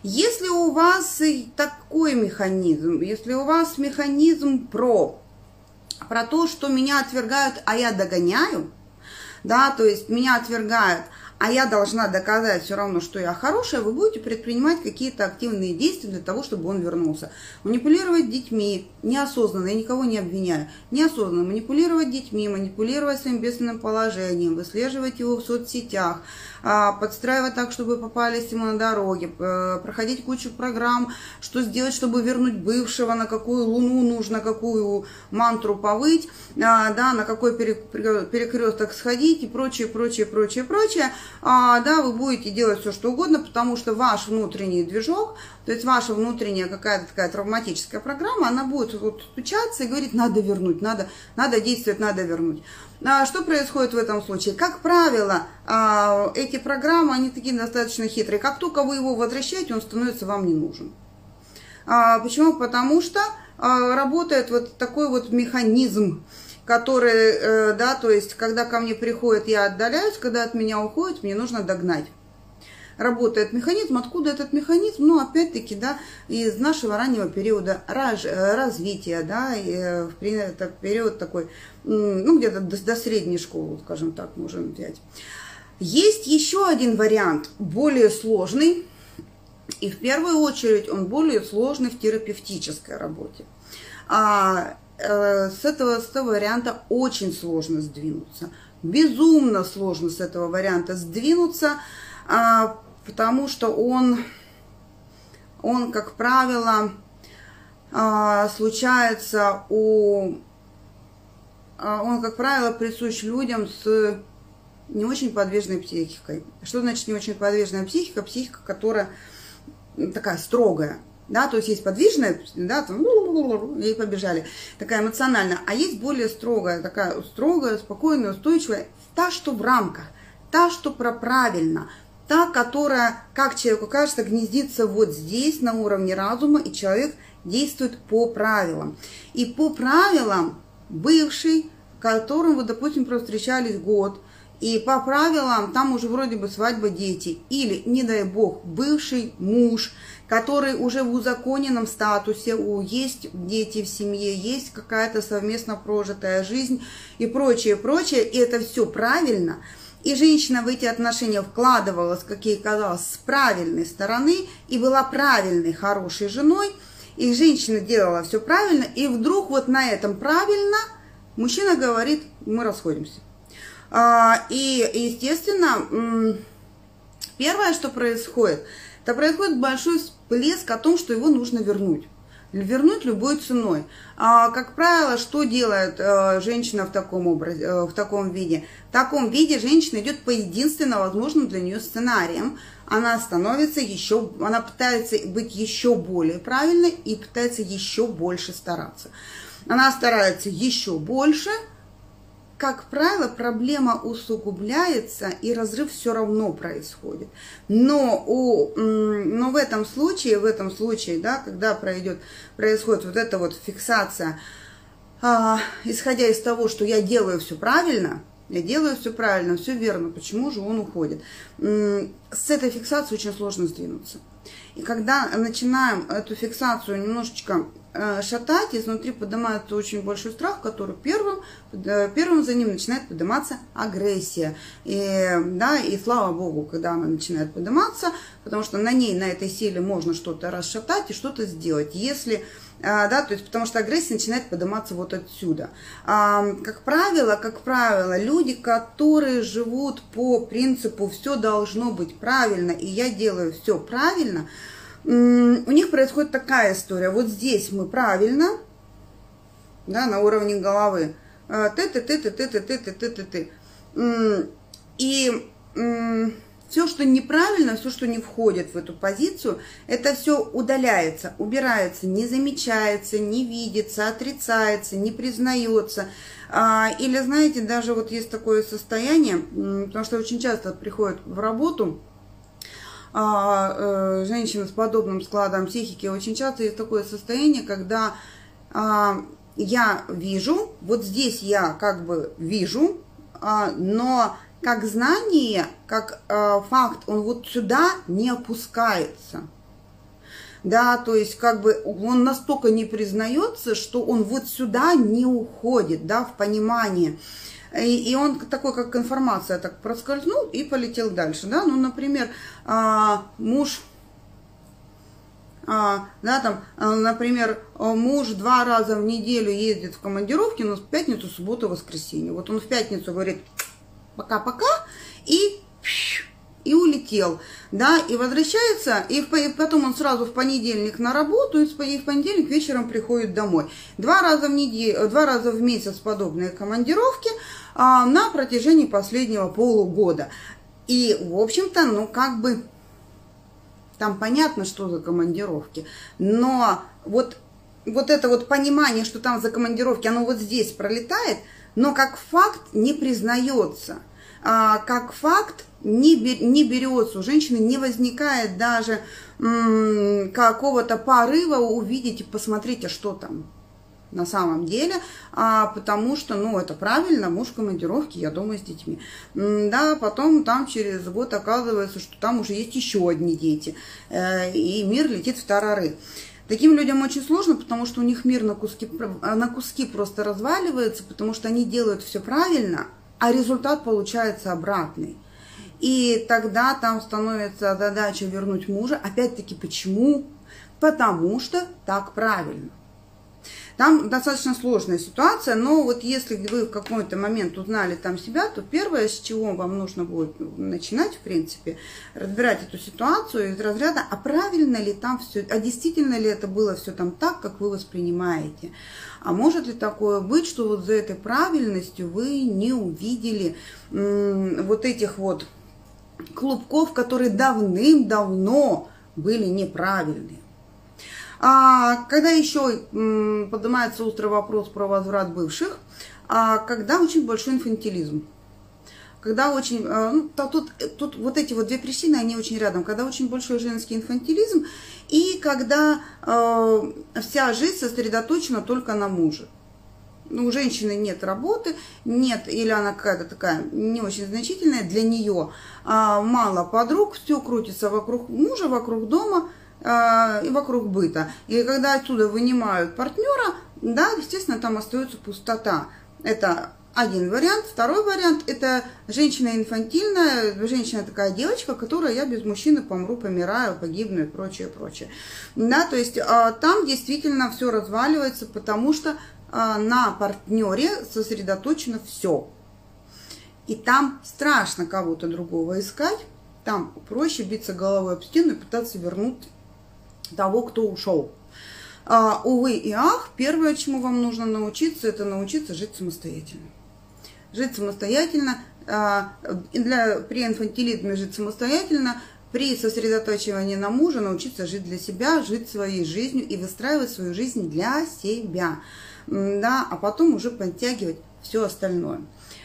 Если у вас и такой механизм, если у вас механизм про то, что меня отвергают, а я догоняю, да, то есть меня отвергают, а я должна доказать все равно, что я хорошая, вы будете предпринимать какие-то активные действия для того, чтобы он вернулся. Манипулировать детьми неосознанно, я никого не обвиняю, неосознанно манипулировать детьми, манипулировать своим бедственным положением, выслеживать его в соцсетях, подстраивать так, чтобы попались ему на дороге, проходить кучу программ, что сделать, чтобы вернуть бывшего, на какую луну нужно, какую мантру повыть, да, на какой перекресток сходить и прочее, прочее, прочее, прочее. Да, вы будете делать все, что угодно, потому что ваш внутренний движок, то есть ваша внутренняя какая-то такая травматическая программа, она будет вот стучаться и говорить, надо вернуть, надо действовать, надо вернуть. Что происходит в этом случае? Как правило, эти программы, они такие достаточно хитрые. Как только вы его возвращаете, он становится вам не нужен. Почему? Потому что работает вот такой вот механизм, который, да, то есть, когда ко мне приходит, я отдаляюсь, когда от меня уходит, мне нужно догнать. Работает механизм. Откуда этот механизм? Ну, опять-таки, да, из нашего раннего периода развития, да, это период такой, ну, где-то до средней школы, скажем так, можем взять. Есть еще один вариант, более сложный, и в первую очередь он более сложный в терапевтической работе. С этого варианта очень сложно сдвинуться. Безумно сложно с этого варианта сдвинуться, потому что он, как правило, случается он, как правило, присущ людям с не очень подвижной психикой. Что значит не очень подвижная психика? Психика, которая такая строгая. Да, то есть есть подвижная, да, там, и побежали, такая эмоциональная, а есть более строгая, такая строгая, спокойная, устойчивая, та, что в рамках, та, что правильно, та, которая, как человеку кажется, гнездится вот здесь, на уровне разума, и человек действует по правилам. И по правилам бывший, которым вы, допустим, встречались год, и по правилам там уже вроде бы свадьба, дети, или, не дай бог, бывший муж, который уже в узаконенном статусе, есть дети в семье, есть какая-то совместно прожитая жизнь и прочее, прочее, и это все правильно. И женщина в эти отношения вкладывалась, как ей казалось, с правильной стороны, и была правильной, хорошей женой, и женщина делала все правильно, и вдруг вот на этом правильно мужчина говорит, мы расходимся. И, естественно, первое, что происходит, это происходит большой всплеск о том, что его нужно вернуть. Вернуть любой ценой. Как правило, что делает женщина в таком образе, в таком виде? В таком виде женщина идет по единственно возможным для нее сценариям. Она она пытается быть еще более правильной и пытается еще больше стараться. Она старается еще больше. Как правило, проблема усугубляется, и разрыв все равно происходит. Но в этом случае, да, когда происходит вот эта вот фиксация, исходя из того, что я делаю все правильно, все верно, почему же он уходит? С этой фиксацией очень сложно сдвинуться. И когда начинаем эту фиксацию немножечко шатать, изнутри поднимается очень большой страх, который первым за ним начинает подниматься агрессия. И слава богу, когда она начинает подниматься, потому что на этой силе можно что-то расшатать и что-то сделать. Потому что агрессия начинает подниматься вот отсюда. Как правило, люди, которые живут по принципу «все должно быть правильно, и я делаю все правильно», у них происходит такая история. Вот здесь мы правильно, да, на уровне головы. Ты. И все, что неправильно, все, что не входит в эту позицию, это все удаляется, убирается, не замечается, не видится, отрицается, не признается. Или, знаете, даже вот есть такое состояние, потому что очень часто приходят в работу женщины с подобным складом психики, очень часто есть такое состояние, когда я вижу, вот здесь я как бы вижу, но как знание, как факт, он вот сюда не опускается. да, то есть как бы он настолько не признается, что он вот сюда не уходит, да, в понимание. И он такой, как информация, так проскользнул и полетел дальше, да, ну, например, муж... да, там, например, муж 2 раза в неделю ездит в командировки, но в пятницу, субботу, воскресенье. Вот он в пятницу говорит пока-пока и улетел, да, и возвращается, и потом он сразу в понедельник на работу, и в понедельник вечером приходит домой. 2 раза в неделю, 2 раза в месяц подобные командировки на протяжении последнего полугода. И, в общем-то, ну, как бы... Там понятно, что за командировки, но вот это вот понимание, что там за командировки, оно вот здесь пролетает, но как факт не признается, как факт не берется, у женщины не возникает даже какого-то порыва увидеть и посмотреть, а что там на самом деле, потому что, ну, это правильно, муж в командировке, я дома с детьми. Да, потом там через год оказывается, что там уже есть еще одни дети, и мир летит в тарары. Таким людям очень сложно, потому что у них мир на куски просто разваливается, потому что они делают все правильно, а результат получается обратный. И тогда там становится задача вернуть мужа. Опять-таки, почему? Потому что так правильно. Там достаточно сложная ситуация, но вот если вы в какой-то момент узнали там себя, то первое, с чего вам нужно будет начинать, в принципе, разбирать эту ситуацию из разряда, а правильно ли там все, а действительно ли это было все там так, как вы воспринимаете. А может ли такое быть, что вот за этой правильностью вы не увидели вот этих вот клубков, которые давным-давно были неправильные. Когда еще поднимается острый вопрос про возврат бывших, когда очень большой инфантилизм. Когда очень, ну, тут вот эти вот 2 причины, они очень рядом. Когда очень большой женский инфантилизм и когда вся жизнь сосредоточена только на муже. Ну, у женщины нет работы, нет, или она какая-то такая не очень значительная для нее, мало подруг, все крутится вокруг мужа, вокруг дома, и вокруг быта. И когда отсюда вынимают партнера, да, естественно, там остается пустота. Это один вариант. Второй вариант – это женщина инфантильная, женщина такая девочка, которая я без мужчины помру, помираю, погибну и прочее, прочее. Да, то есть там действительно все разваливается, потому что на партнере сосредоточено все. И там страшно кого-то другого искать, там проще биться головой об стену и пытаться вернуть того, кто ушел. Увы и ах, первое, чему вам нужно научиться, это научиться жить самостоятельно. Жить самостоятельно, при инфантилизме жить самостоятельно, при сосредотачивании на муже научиться жить для себя, жить своей жизнью и выстраивать свою жизнь для себя. Да, а потом уже подтягивать все остальное.